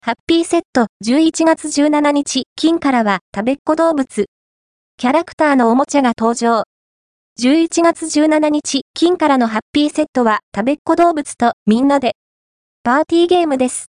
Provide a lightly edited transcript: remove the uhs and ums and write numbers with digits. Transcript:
ハッピーセット11月17日金からはたべっ子動物。キャラクターのおもちゃが登場。11月17日金からのハッピーセットはたべっ子動物とみんなでパーティーゲームです。